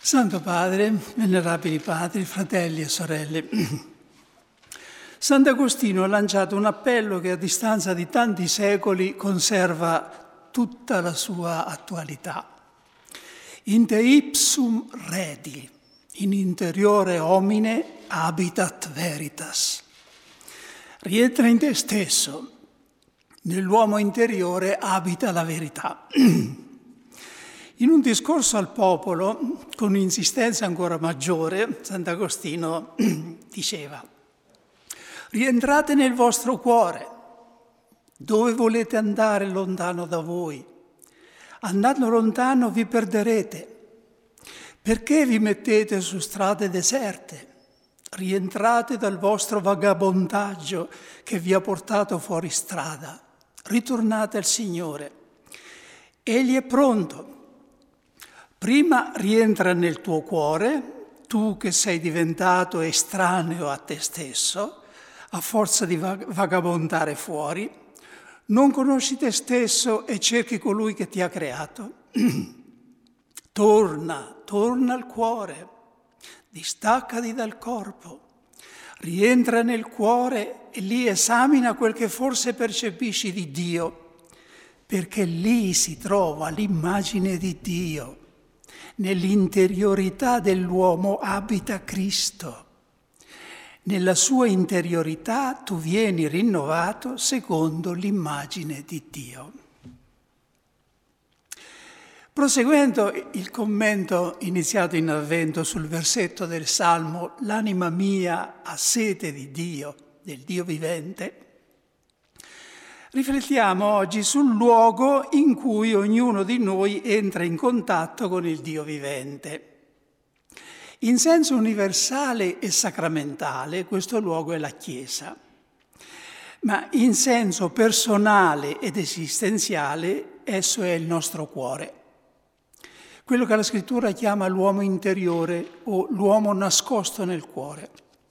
Santo Padre, venerabili padri, fratelli e sorelle, Sant'Agostino ha lanciato un appello che a distanza di tanti secoli conserva tutta la sua attualità. In te ipsum redi, in interiore homine habitat veritas. Rientra in te stesso, nell'uomo interiore abita la verità. In un discorso al popolo, con un'insistenza ancora maggiore, Sant'Agostino diceva: rientrate nel vostro cuore, dove volete andare lontano da voi. Andando lontano vi perderete. Perché vi mettete su strade deserte? Rientrate dal vostro vagabondaggio che vi ha portato fuori strada. Ritornate al Signore. Egli è pronto. Prima rientra nel tuo cuore, tu che sei diventato estraneo a te stesso, a forza di vagabondare fuori, non conosci te stesso e cerchi colui che ti ha creato. Torna al cuore, distaccati dal corpo, rientra nel cuore e lì esamina quel che forse percepisci di Dio, perché lì si trova l'immagine di Dio. Nell'interiorità dell'uomo abita Cristo. Nella sua interiorità tu vieni rinnovato secondo l'immagine di Dio. Proseguendo il commento iniziato in Avvento sul versetto del Salmo «L'anima mia ha sete di Dio, del Dio vivente», riflettiamo oggi sul luogo in cui ognuno di noi entra in contatto con il Dio vivente. In senso universale e sacramentale questo luogo è la Chiesa, ma in senso personale ed esistenziale esso è il nostro cuore, quello che la Scrittura chiama l'uomo interiore o l'uomo nascosto nel cuore.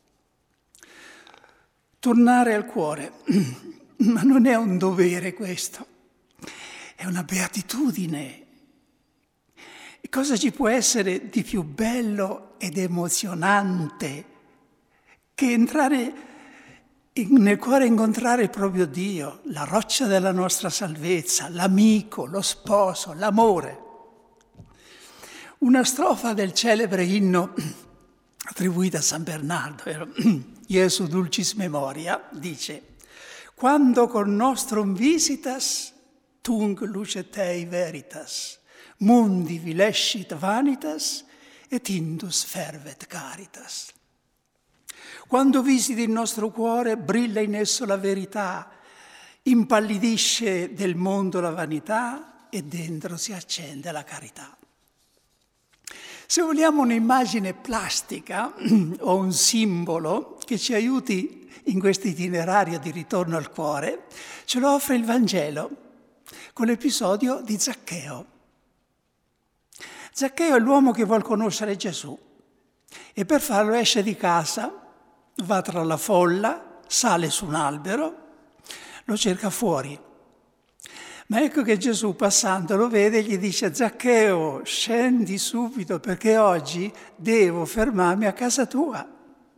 Tornare al cuore. Ma non è un dovere questo, è una beatitudine. E cosa ci può essere di più bello ed emozionante che entrare nel cuore e incontrare proprio Dio, la roccia della nostra salvezza, l'amico, lo sposo, l'amore. Una strofa del celebre inno attribuita a San Bernardo, Iesu Dulcis Memoria, dice: quando con nostrum visitas, tunc lucet Tei veritas, mundi vilescit vanitas, et indus fervet caritas. Quando visiti il nostro cuore, brilla in esso la verità, impallidisce del mondo la vanità e dentro si accende la carità. Se vogliamo un'immagine plastica o un simbolo che ci aiuti in questo itinerario di ritorno al cuore, ce lo offre il Vangelo con l'episodio di Zaccheo. Zaccheo è l'uomo che vuol conoscere Gesù e per farlo esce di casa, va tra la folla, sale su un albero, lo cerca fuori. Ma ecco che Gesù passando lo vede e gli dice: Zaccheo, scendi subito perché oggi devo fermarmi a casa tua.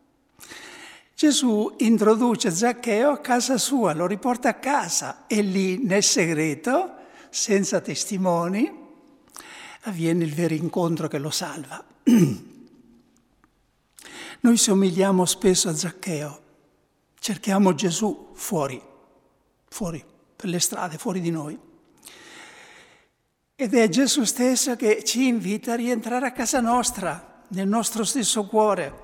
Gesù introduce Zaccheo a casa sua, lo riporta a casa e lì nel segreto, senza testimoni, avviene il vero incontro che lo salva. Noi somigliamo spesso a Zaccheo, cerchiamo Gesù fuori, per le strade, fuori di noi. Ed è Gesù stesso che ci invita a rientrare a casa nostra, nel nostro stesso cuore.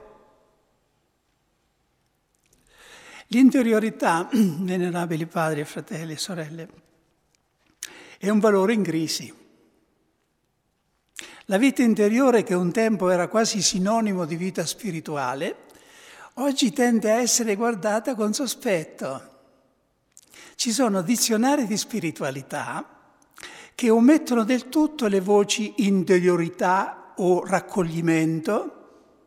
L'interiorità, venerabili padri, fratelli e sorelle, è un valore in crisi. La vita interiore, che un tempo era quasi sinonimo di vita spirituale, oggi tende a essere guardata con sospetto. Ci sono dizionari di spiritualità che omettono del tutto le voci interiorità o raccoglimento.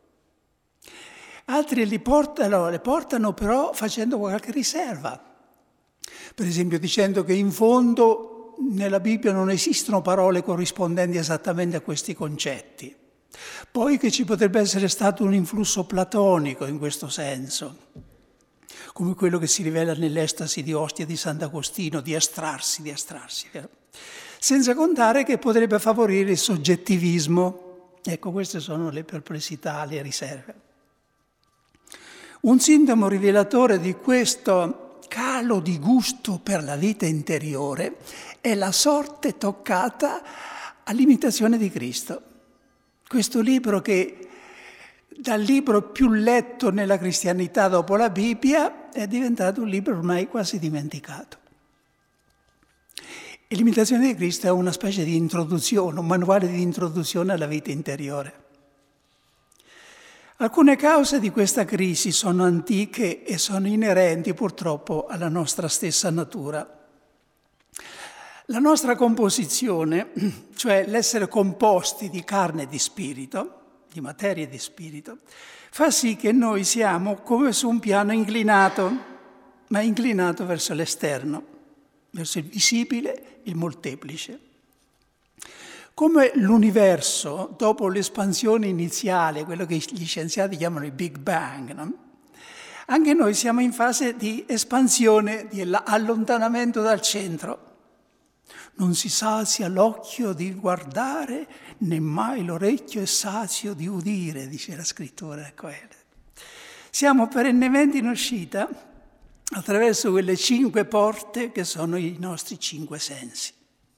Altri le portano però facendo qualche riserva. Per esempio dicendo che in fondo nella Bibbia non esistono parole corrispondenti esattamente a questi concetti. poi che ci potrebbe essere stato un influsso platonico in questo senso, come quello che si rivela nell'estasi di Ostia di Sant'Agostino, di astrarsi. Senza contare che potrebbe favorire il soggettivismo. Ecco, queste sono le perplessità, le riserve. Un sintomo rivelatore di questo calo di gusto per la vita interiore è la sorte toccata all'imitazione di Cristo. Questo libro che, dal libro più letto nella cristianità dopo la Bibbia, è diventato un libro ormai quasi dimenticato. E l'imitazione di Cristo è una specie di introduzione, un manuale di introduzione alla vita interiore. Alcune cause di questa crisi sono antiche e sono inerenti purtroppo alla nostra stessa natura. La nostra composizione, cioè l'essere composti di carne e di spirito, di materia e di spirito, fa sì che noi siamo come su un piano inclinato, ma inclinato verso l'esterno, verso il visibile, il molteplice. Come l'universo, dopo l'espansione iniziale, quello che gli scienziati chiamano il Big Bang, no? Anche noi siamo in fase di espansione, di allontanamento dal centro. Non si sazia l'occhio di guardare, né mai l'orecchio è sazio di udire, dice la scrittura. Siamo perennemente in uscita attraverso quelle 5 porte che sono i nostri 5 sensi.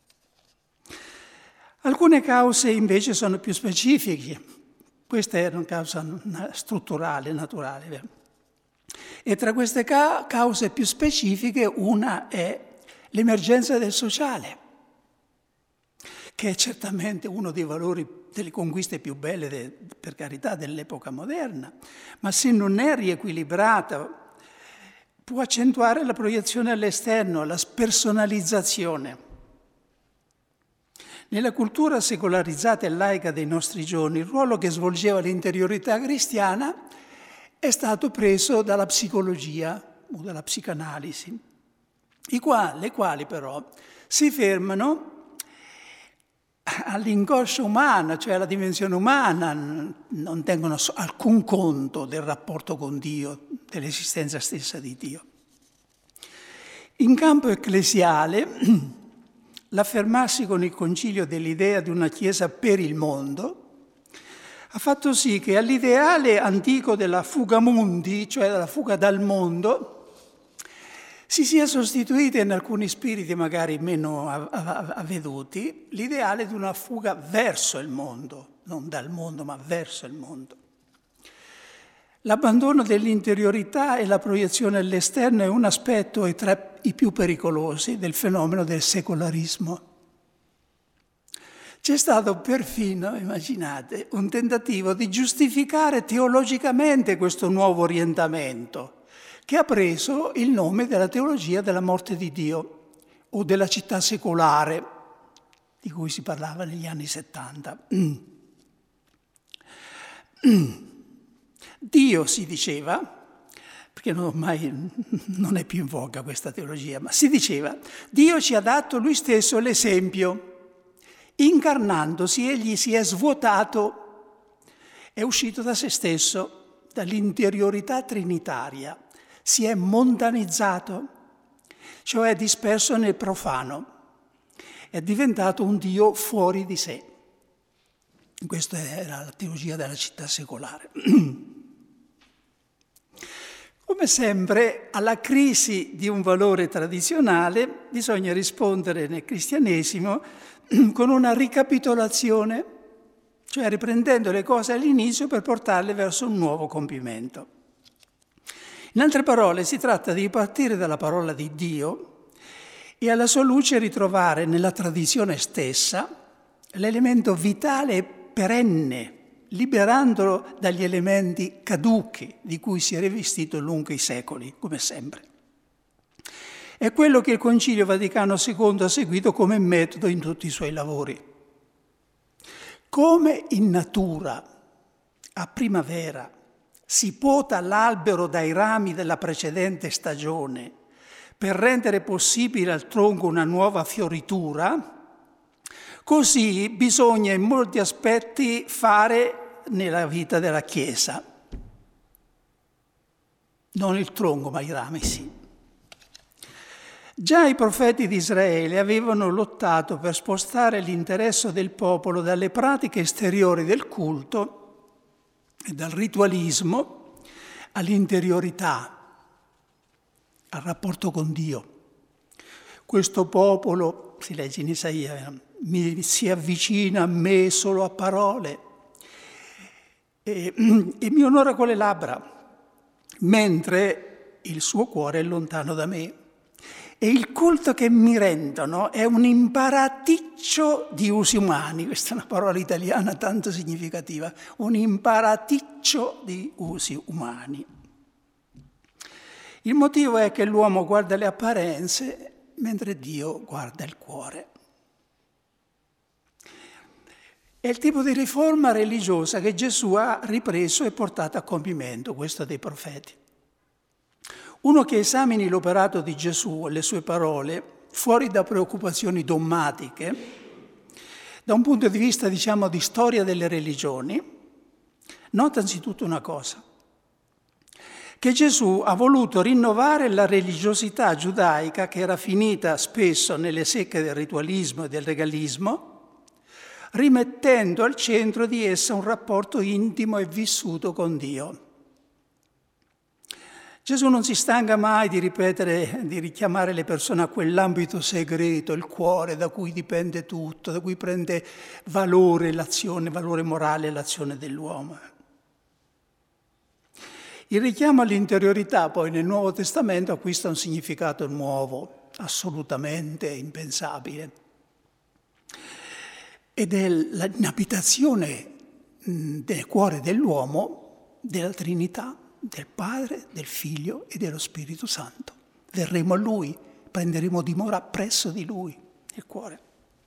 Alcune cause invece sono più specifiche. Questa è una causa strutturale, naturale. Vero? E tra queste cause più specifiche una è l'emergenza del sociale, che è certamente uno dei valori, delle conquiste più belle, per carità, dell'epoca moderna, ma se non è riequilibrata può accentuare la proiezione all'esterno, la spersonalizzazione. Nella cultura secolarizzata e laica dei nostri giorni, il ruolo che svolgeva l'interiorità cristiana è stato preso dalla psicologia o dalla psicanalisi, le quali però si fermano all'inconscio umano, cioè alla dimensione umana, non tengono alcun conto del rapporto con Dio, dell'esistenza stessa di Dio. In campo ecclesiale, l'affermarsi con il concilio dell'idea di una Chiesa per il mondo ha fatto sì che all'ideale antico della fuga mundi, cioè della fuga dal mondo, si sia sostituita in alcuni spiriti magari meno avveduti l'ideale di una fuga verso il mondo, non dal mondo ma verso il mondo. L'abbandono dell'interiorità e la proiezione all'esterno è un aspetto tra i più pericolosi del fenomeno del secolarismo. C'è stato perfino, immaginate, un tentativo di giustificare teologicamente questo nuovo orientamento, che ha preso il nome della teologia della morte di Dio o della città secolare, di cui si parlava negli anni 70. Dio, si diceva, perché ormai non è più in voga questa teologia, ma si diceva, Dio ci ha dato lui stesso l'esempio. Incarnandosi, egli si è svuotato, è uscito da se stesso, dall'interiorità trinitaria, si è mondanizzato, cioè disperso nel profano, è diventato un Dio fuori di sé. Questa era la teologia della città secolare. Come sempre, alla crisi di un valore tradizionale bisogna rispondere nel cristianesimo con una ricapitolazione, cioè riprendendo le cose all'inizio per portarle verso un nuovo compimento. In altre parole, si tratta di partire dalla parola di Dio e alla sua luce ritrovare nella tradizione stessa l'elemento vitale e perenne, liberandolo dagli elementi caduchi di cui si è rivestito lungo i secoli, come sempre. È quello che il Concilio Vaticano II ha seguito come metodo in tutti i suoi lavori. Come in natura, a primavera, si pota l'albero dai rami della precedente stagione per rendere possibile al tronco una nuova fioritura, così bisogna in molti aspetti fare nella vita della Chiesa. Non il tronco, ma i rami sì. Già i profeti di Israele avevano lottato per spostare l'interesse del popolo dalle pratiche esteriori del culto e dal ritualismo all'interiorità, al rapporto con Dio. Questo popolo, si legge in Isaia, si avvicina a me solo a parole e mi onora con le labbra, mentre il suo cuore è lontano da me. E il culto che mi rendono è un imparaticcio di usi umani. Questa è una parola italiana tanto significativa. Un imparaticcio di usi umani. Il motivo è che l'uomo guarda le apparenze mentre Dio guarda il cuore. È il tipo di riforma religiosa che Gesù ha ripreso e portato a compimento, questo dei profeti. Uno che esamini l'operato di Gesù e le sue parole, fuori da preoccupazioni dogmatiche, da un punto di vista, diciamo, di storia delle religioni, nota anzitutto una cosa, che Gesù ha voluto rinnovare la religiosità giudaica che era finita spesso nelle secche del ritualismo e del legalismo, rimettendo al centro di essa un rapporto intimo e vissuto con Dio. Gesù non si stanca mai di ripetere, di richiamare le persone a quell'ambito segreto, il cuore, da cui dipende tutto, da cui prende valore l'azione, valore morale l'azione dell'uomo. Il richiamo all'interiorità poi nel Nuovo Testamento acquista un significato nuovo, assolutamente impensabile. Ed è l'abitazione del cuore dell'uomo della Trinità, del Padre, del Figlio e dello Spirito Santo. Verremo a Lui, prenderemo dimora presso di Lui, nel cuore.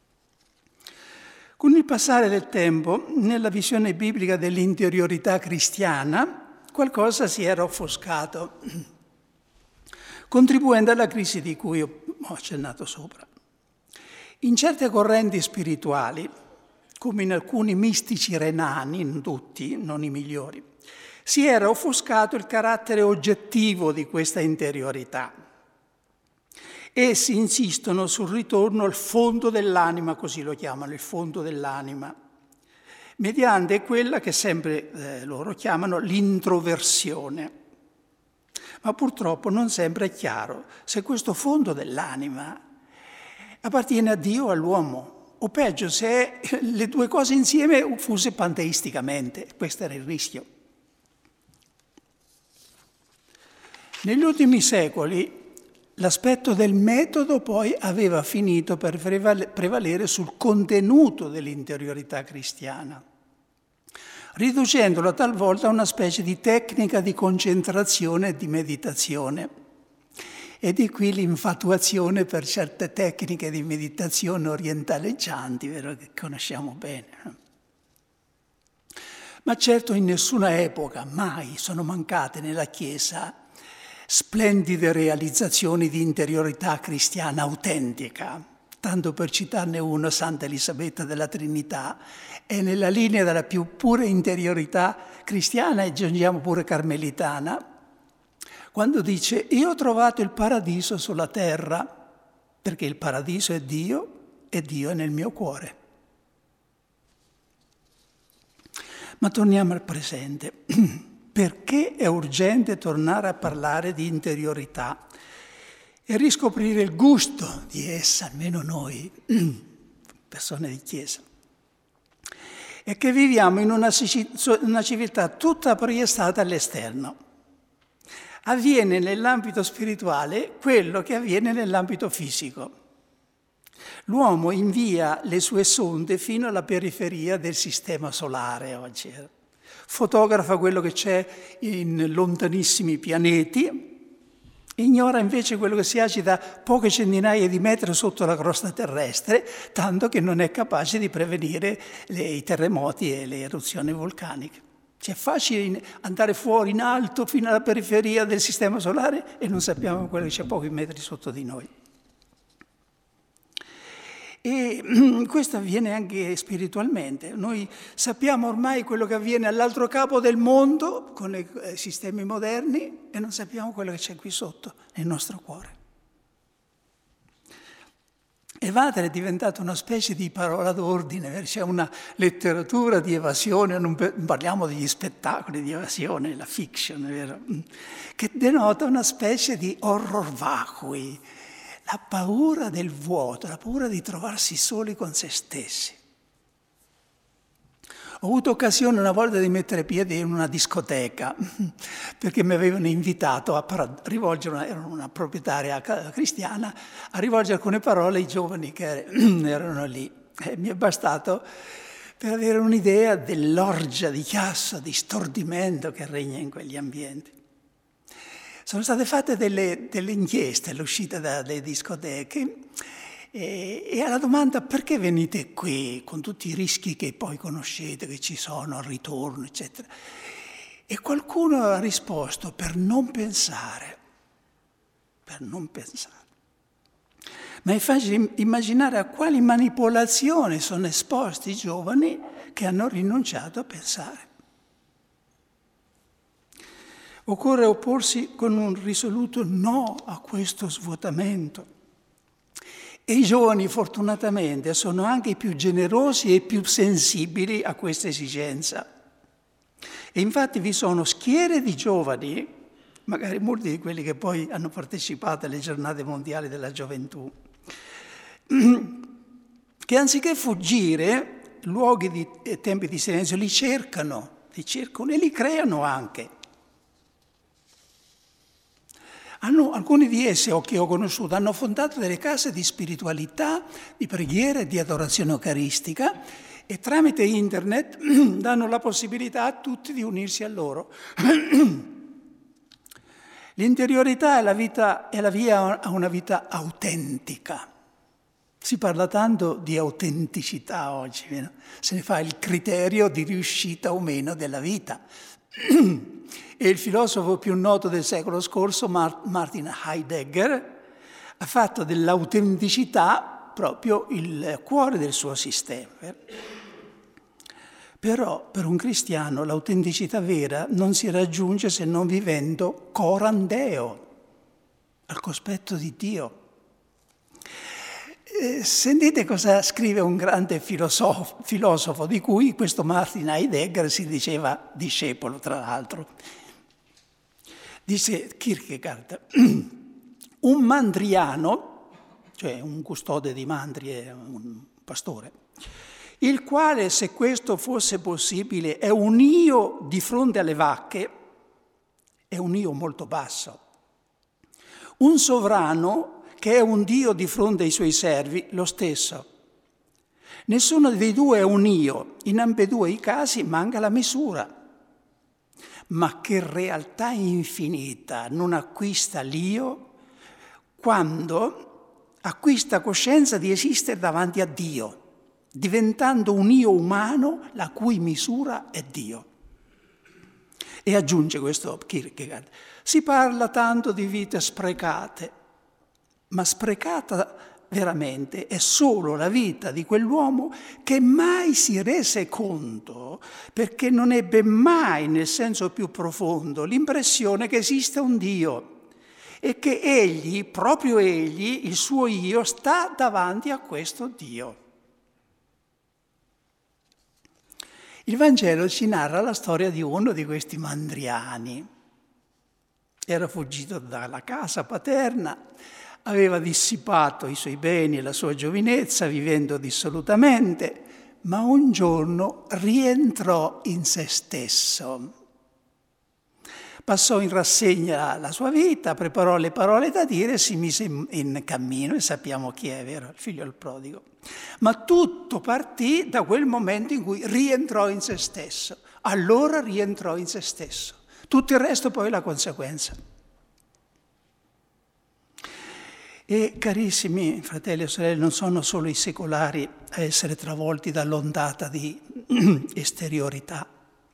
Con il passare del tempo, nella visione biblica dell'interiorità cristiana, qualcosa si era offuscato, contribuendo alla crisi di cui ho accennato sopra. In certe correnti spirituali, come in alcuni mistici renani, in tutti, non i migliori, si era offuscato il carattere oggettivo di questa interiorità. Essi insistono sul ritorno al fondo dell'anima, così lo chiamano, il fondo dell'anima, mediante quella che sempre loro chiamano l'introversione. Ma purtroppo non sempre è chiaro se questo fondo dell'anima appartiene a Dio o all'uomo, o peggio se le due cose insieme fuse panteisticamente. Questo era il rischio. Negli ultimi secoli l'aspetto del metodo poi aveva finito per prevalere sul contenuto dell'interiorità cristiana, riducendola talvolta a una specie di tecnica di concentrazione e di meditazione. E di qui l'infatuazione per certe tecniche di meditazione orientaleggianti, vero, che conosciamo bene. Ma certo in nessuna epoca mai sono mancate nella Chiesa splendide realizzazioni di interiorità cristiana autentica. Tanto per citarne uno, Santa Elisabetta della Trinità, è nella linea della più pura interiorità cristiana, e aggiungiamo pure carmelitana, quando dice: io ho trovato il paradiso sulla terra, perché il paradiso è Dio e Dio è nel mio cuore. Ma torniamo al presente. Perché è urgente tornare a parlare di interiorità e riscoprire il gusto di essa, almeno noi, persone di Chiesa? È che viviamo in una civiltà tutta proiettata all'esterno. Avviene nell'ambito spirituale quello che avviene nell'ambito fisico. L'uomo invia le sue sonde fino alla periferia del sistema solare oggi. Fotografa quello che c'è in lontanissimi pianeti, ignora invece quello che si agita poche centinaia di metri sotto la crosta terrestre, tanto che non è capace di prevenire i terremoti e le eruzioni vulcaniche. È facile andare fuori in alto fino alla periferia del sistema solare e non sappiamo quello che c'è pochi metri sotto di noi. E questo avviene anche spiritualmente. Noi sappiamo ormai quello che avviene all'altro capo del mondo con i sistemi moderni e non sappiamo quello che c'è qui sotto, nel nostro cuore. Evadere è diventata una specie di parola d'ordine, c'è una letteratura di evasione, non parliamo degli spettacoli di evasione, la fiction, vero? Che denota una specie di horror vacui, la paura del vuoto, la paura di trovarsi soli con se stessi. Ho avuto occasione una volta di mettere piede in una discoteca perché mi avevano invitato a rivolgere, ero una proprietaria cristiana, a rivolgere alcune parole ai giovani che erano lì. Mi è bastato per avere un'idea dell'orgia di chiasso, di stordimento che regna in quegli ambienti. Sono state fatte delle inchieste all'uscita dalle discoteche e alla domanda perché venite qui con tutti i rischi che poi conoscete, che ci sono al ritorno, eccetera. E qualcuno ha risposto per non pensare. Ma è facile immaginare a quali manipolazioni sono esposti i giovani che hanno rinunciato a pensare. Occorre opporsi con un risoluto no a questo svuotamento. E i giovani fortunatamente sono anche i più generosi e più sensibili a questa esigenza. E infatti vi sono schiere di giovani, magari molti di quelli che poi hanno partecipato alle giornate mondiali della gioventù, che anziché fuggire luoghi e tempi di silenzio li cercano e li creano anche. Alcuni di essi, che ho conosciuto, hanno fondato delle case di spiritualità, di preghiera e di adorazione eucaristica e tramite internet danno la possibilità a tutti di unirsi a loro. L'interiorità è la via a una vita autentica. Si parla tanto di autenticità oggi, no? Se ne fa il criterio di riuscita o meno della vita. E il filosofo più noto del secolo scorso, Martin Heidegger, ha fatto dell'autenticità proprio il cuore del suo sistema. Però per un cristiano l'autenticità vera non si raggiunge se non vivendo coram Deo, al cospetto di Dio. Sentite cosa scrive un grande filosofo di cui questo Martin Heidegger si diceva discepolo, tra l'altro. Dice Kierkegaard, un mandriano, cioè un custode di mandri, un pastore, il quale, se questo fosse possibile, è un io di fronte alle vacche, è un io molto basso. Un sovrano che è un Dio di fronte ai suoi servi, lo stesso. Nessuno dei due è un io, in ambedue i casi manca la misura. Ma che realtà infinita non acquista l'io quando acquista coscienza di esistere davanti a Dio, diventando un io umano la cui misura è Dio. E aggiunge questo Kierkegaard, si parla tanto di vite sprecate, ma sprecata veramente è solo la vita di quell'uomo che mai si rese conto, perché non ebbe mai nel senso più profondo l'impressione che esiste un Dio e che egli, proprio egli, il suo io, sta davanti a questo Dio. Il Vangelo ci narra la storia di uno di questi mandriani. Era fuggito dalla casa paterna, aveva dissipato i suoi beni e la sua giovinezza vivendo dissolutamente, ma un giorno rientrò in se stesso. Passò in rassegna la sua vita, preparò le parole da dire e si mise in cammino, e sappiamo chi è, vero? Il figlio del prodigo. Ma tutto partì da quel momento in cui rientrò in se stesso. Allora rientrò in se stesso. Tutto il resto poi è la conseguenza. E carissimi fratelli e sorelle, non sono solo i secolari a essere travolti dall'ondata di esteriorità.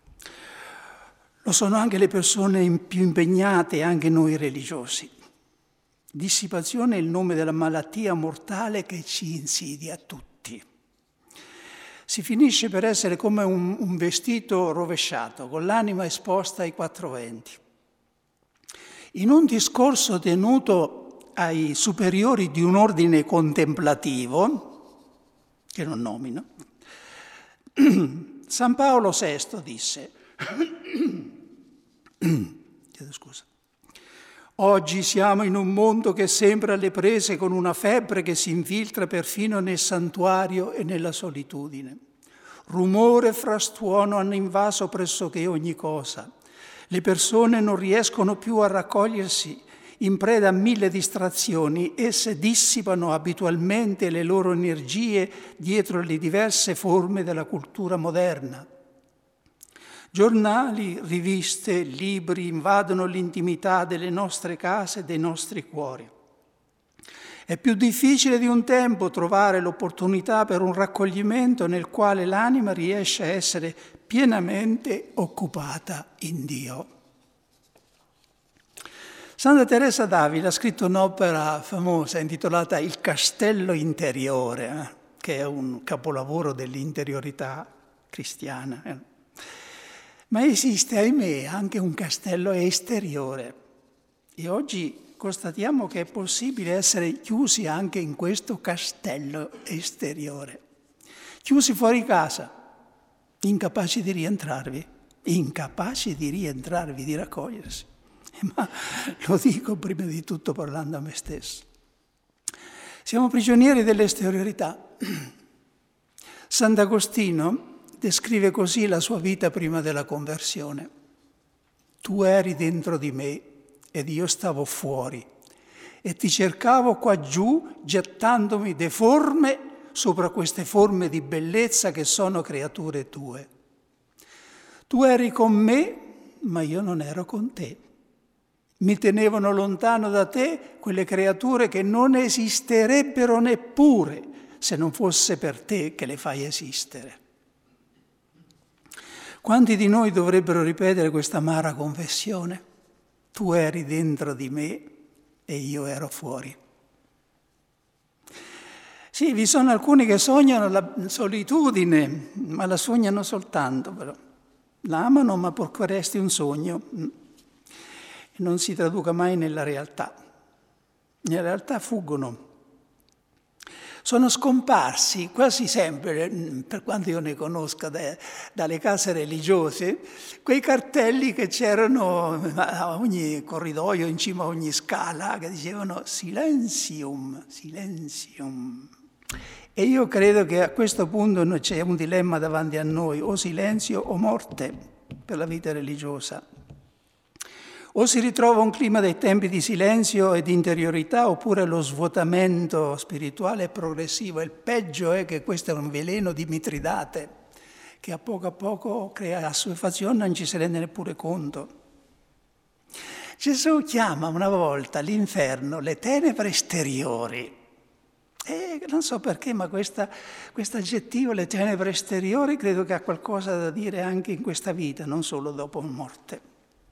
Lo sono anche le persone più impegnate, anche noi religiosi. Dissipazione è il nome della malattia mortale che ci insidia a tutti. Si finisce per essere come un vestito rovesciato, con l'anima esposta ai quattro venti. In un discorso tenuto ai superiori di un ordine contemplativo, che non nomino, San Paolo VI disse, chiedo scusa, oggi siamo in un mondo che sembra alle prese con una febbre che si infiltra perfino nel santuario e nella solitudine. Rumore e frastuono hanno invaso pressoché ogni cosa. Le persone non riescono più a raccogliersi in preda a 1000 distrazioni, esse dissipano abitualmente le loro energie dietro le diverse forme della cultura moderna. Giornali, riviste, libri invadono l'intimità delle nostre case e dei nostri cuori. È più difficile di un tempo trovare l'opportunità per un raccoglimento nel quale l'anima riesce a essere pienamente occupata in Dio. Santa Teresa d'Avila ha scritto un'opera famosa intitolata Il castello interiore, che è un capolavoro dell'interiorità cristiana. Ma esiste, ahimè, anche un castello esteriore. E oggi constatiamo che è possibile essere chiusi anche in questo castello esteriore. Chiusi fuori casa, incapaci di rientrarvi, di raccogliersi. Ma lo dico prima di tutto parlando a me stesso. Siamo prigionieri dell'esteriorità. Sant'Agostino descrive così la sua vita prima della conversione. Tu eri dentro di me ed io stavo fuori e ti cercavo qua giù gettandomi deforme sopra queste forme di bellezza che sono creature tue. Tu eri con me, ma io non ero con te. Mi tenevano lontano da te quelle creature che non esisterebbero neppure se non fosse per te che le fai esistere. Quanti di noi dovrebbero ripetere questa amara confessione? Tu eri dentro di me e io ero fuori. Sì, vi sono alcuni che sognano la solitudine, ma la sognano soltanto, però. La amano, ma purché resti un sogno. Non si traduca mai nella realtà. In realtà fuggono. Sono scomparsi quasi sempre, per quanto io ne conosca dalle case religiose, quei cartelli che c'erano a ogni corridoio, in cima a ogni scala, che dicevano silenzium, silenzium. E io credo che a questo punto c'è un dilemma davanti a noi, o silenzio o morte per la vita religiosa. O si ritrova un clima dei tempi di silenzio e di interiorità, oppure lo svuotamento spirituale è progressivo. Il peggio è che questo è un veleno di Mitridate, che a poco crea assuefazione, non ci si rende neppure conto. Gesù chiama una volta l'inferno le tenebre esteriori. E non so perché, ma questo aggettivo, le tenebre esteriori, credo che ha qualcosa da dire anche in questa vita, non solo dopo morte.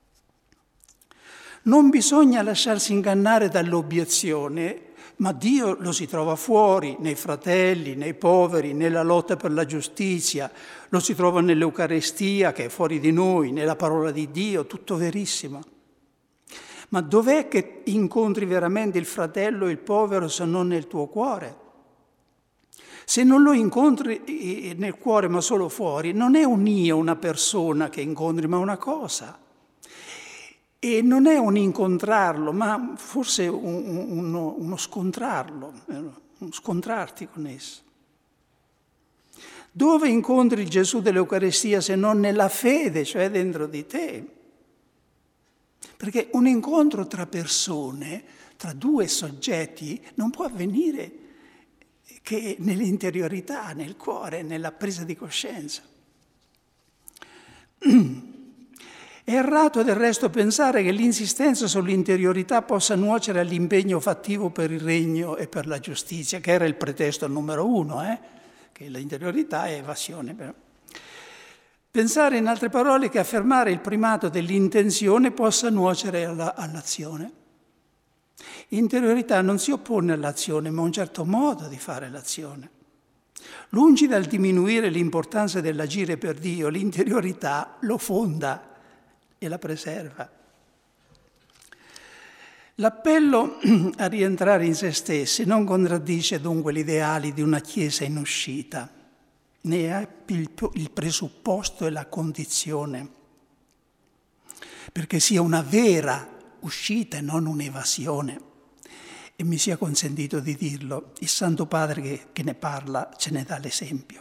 Non bisogna lasciarsi ingannare dall'obiezione, ma Dio lo si trova fuori, nei fratelli, nei poveri, nella lotta per la giustizia, lo si trova nell'Eucarestia che è fuori di noi, nella parola di Dio, tutto verissimo. Ma dov'è che incontri veramente il fratello e il povero se non nel tuo cuore? Se non lo incontri nel cuore ma solo fuori, non è un io, una persona che incontri, ma una cosa. E non è un incontrarlo, ma forse uno scontrarlo, scontrarti con esso. Dove incontri il Gesù dell'Eucaristia se non nella fede, cioè dentro di te? Perché un incontro tra persone, tra due soggetti, non può avvenire che nell'interiorità, nel cuore, nella presa di coscienza. È errato del resto pensare che l'insistenza sull'interiorità possa nuocere all'impegno fattivo per il regno e per la giustizia, che era il pretesto numero 1, che l'interiorità è evasione. Però. Pensare in altre parole che affermare il primato dell'intenzione possa nuocere all'azione. Interiorità non si oppone all'azione, ma a un certo modo di fare l'azione. Lungi dal diminuire l'importanza dell'agire per Dio, l'interiorità lo fonda e la preserva. L'appello a rientrare in se stessi non contraddice dunque gli ideali di una Chiesa in uscita, ne è il presupposto e la condizione, perché sia una vera uscita e non un'evasione. E mi sia consentito di dirlo, il Santo Padre che ne parla ce ne dà l'esempio.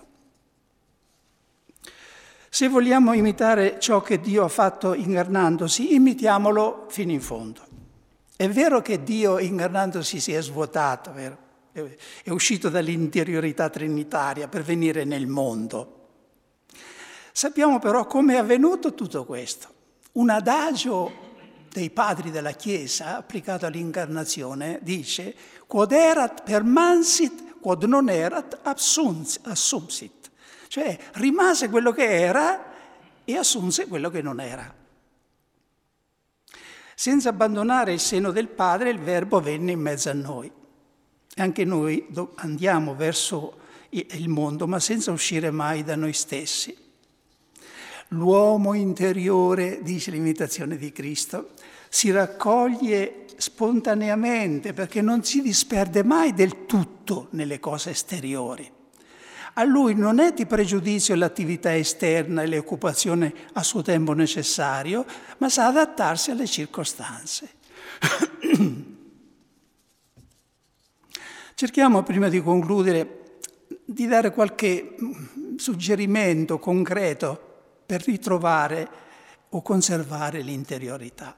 Se vogliamo imitare ciò che Dio ha fatto incarnandosi, imitiamolo fino in fondo. È vero che Dio incarnandosi si è svuotato, vero? È uscito dall'interiorità trinitaria per venire nel mondo. Sappiamo però come è avvenuto tutto questo. Un adagio dei padri della Chiesa, applicato all'incarnazione, dice quod erat permansit, quod non erat assumpsit. Cioè rimase quello che era e assunse quello che non era. Senza abbandonare il seno del Padre, il Verbo venne in mezzo a noi. E anche noi andiamo verso il mondo, ma senza uscire mai da noi stessi. L'uomo interiore, dice l'imitazione di Cristo, si raccoglie spontaneamente perché non si disperde mai del tutto nelle cose esteriori. A lui non è di pregiudizio l'attività esterna e le occupazioni a suo tempo necessario, ma sa adattarsi alle circostanze. Cerchiamo, prima di concludere, di dare qualche suggerimento concreto per ritrovare o conservare l'interiorità.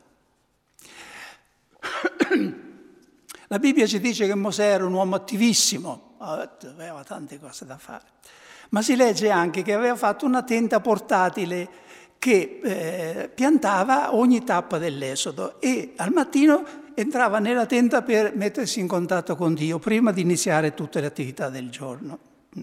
La Bibbia ci dice che Mosè era un uomo attivissimo, aveva tante cose da fare, ma si legge anche che aveva fatto una tenda portatile che piantava ogni tappa dell'Esodo e al mattino entrava nella tenda per mettersi in contatto con Dio prima di iniziare tutte le attività del giorno.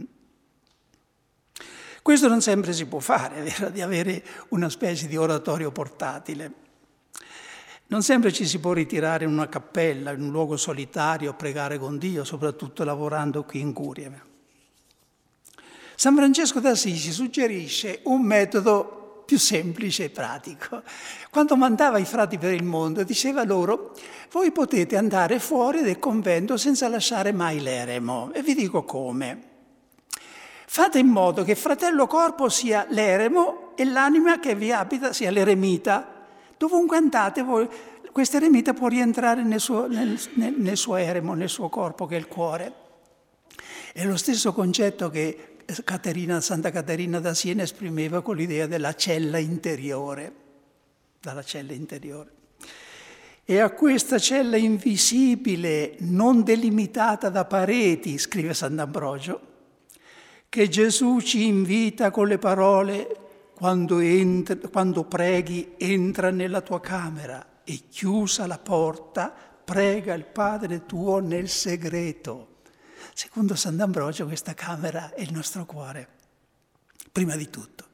Questo non sempre si può fare, è vero, di avere una specie di oratorio portatile. Non sempre ci si può ritirare in una cappella, in un luogo solitario, a pregare con Dio, soprattutto lavorando qui in Curia. San Francesco d'Assisi suggerisce un metodo più semplice e pratico. Quando mandava i frati per il mondo, diceva loro: voi potete andare fuori del convento senza lasciare mai l'eremo. E vi dico come. Fate in modo che fratello corpo sia l'eremo e l'anima che vi abita sia l'eremita. Dovunque andate voi, questo eremita può rientrare nel suo eremo, nel suo corpo che è il cuore. È lo stesso concetto che Santa Caterina da Siena esprimeva con l'idea della cella interiore, dalla cella interiore. E a questa cella invisibile, non delimitata da pareti, scrive Sant'Ambrogio, che Gesù ci invita con le parole: quando preghi, entra nella tua camera e chiusa la porta, prega il Padre tuo nel segreto. Secondo Sant'Ambrogio questa camera è il nostro cuore, prima di tutto.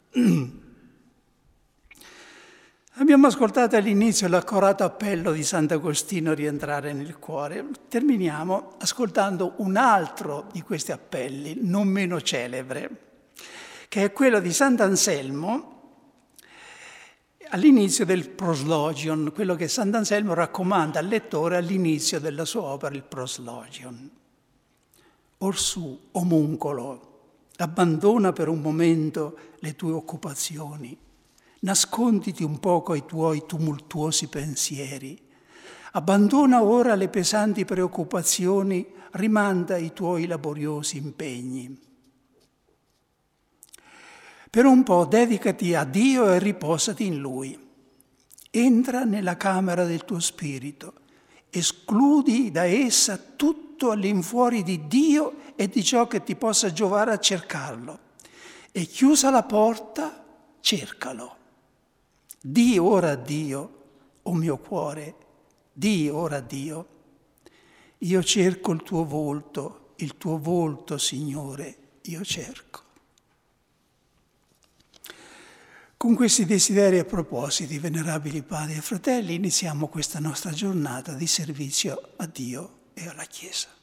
Abbiamo ascoltato all'inizio l'accorato appello di Sant'Agostino a rientrare nel cuore. Terminiamo ascoltando un altro di questi appelli, non meno celebre, che è quello di Sant'Anselmo all'inizio del Proslogion, quello che Sant'Anselmo raccomanda al lettore all'inizio della sua opera, il Proslogion. Orsù, omuncolo, abbandona per un momento le tue occupazioni, nasconditi un poco ai tuoi tumultuosi pensieri, abbandona ora le pesanti preoccupazioni, rimanda i tuoi laboriosi impegni. Per un po' dedicati a Dio e riposati in Lui. Entra nella camera del tuo spirito, escludi da essa tutto all'infuori di Dio e di ciò che ti possa giovare a cercarlo. E chiusa la porta, cercalo. Di ora a Dio, o mio cuore, di ora a Dio. Io cerco il tuo volto, Signore, io cerco. Con questi desideri e propositi, venerabili padri e fratelli, iniziamo questa nostra giornata di servizio a Dio e alla Chiesa.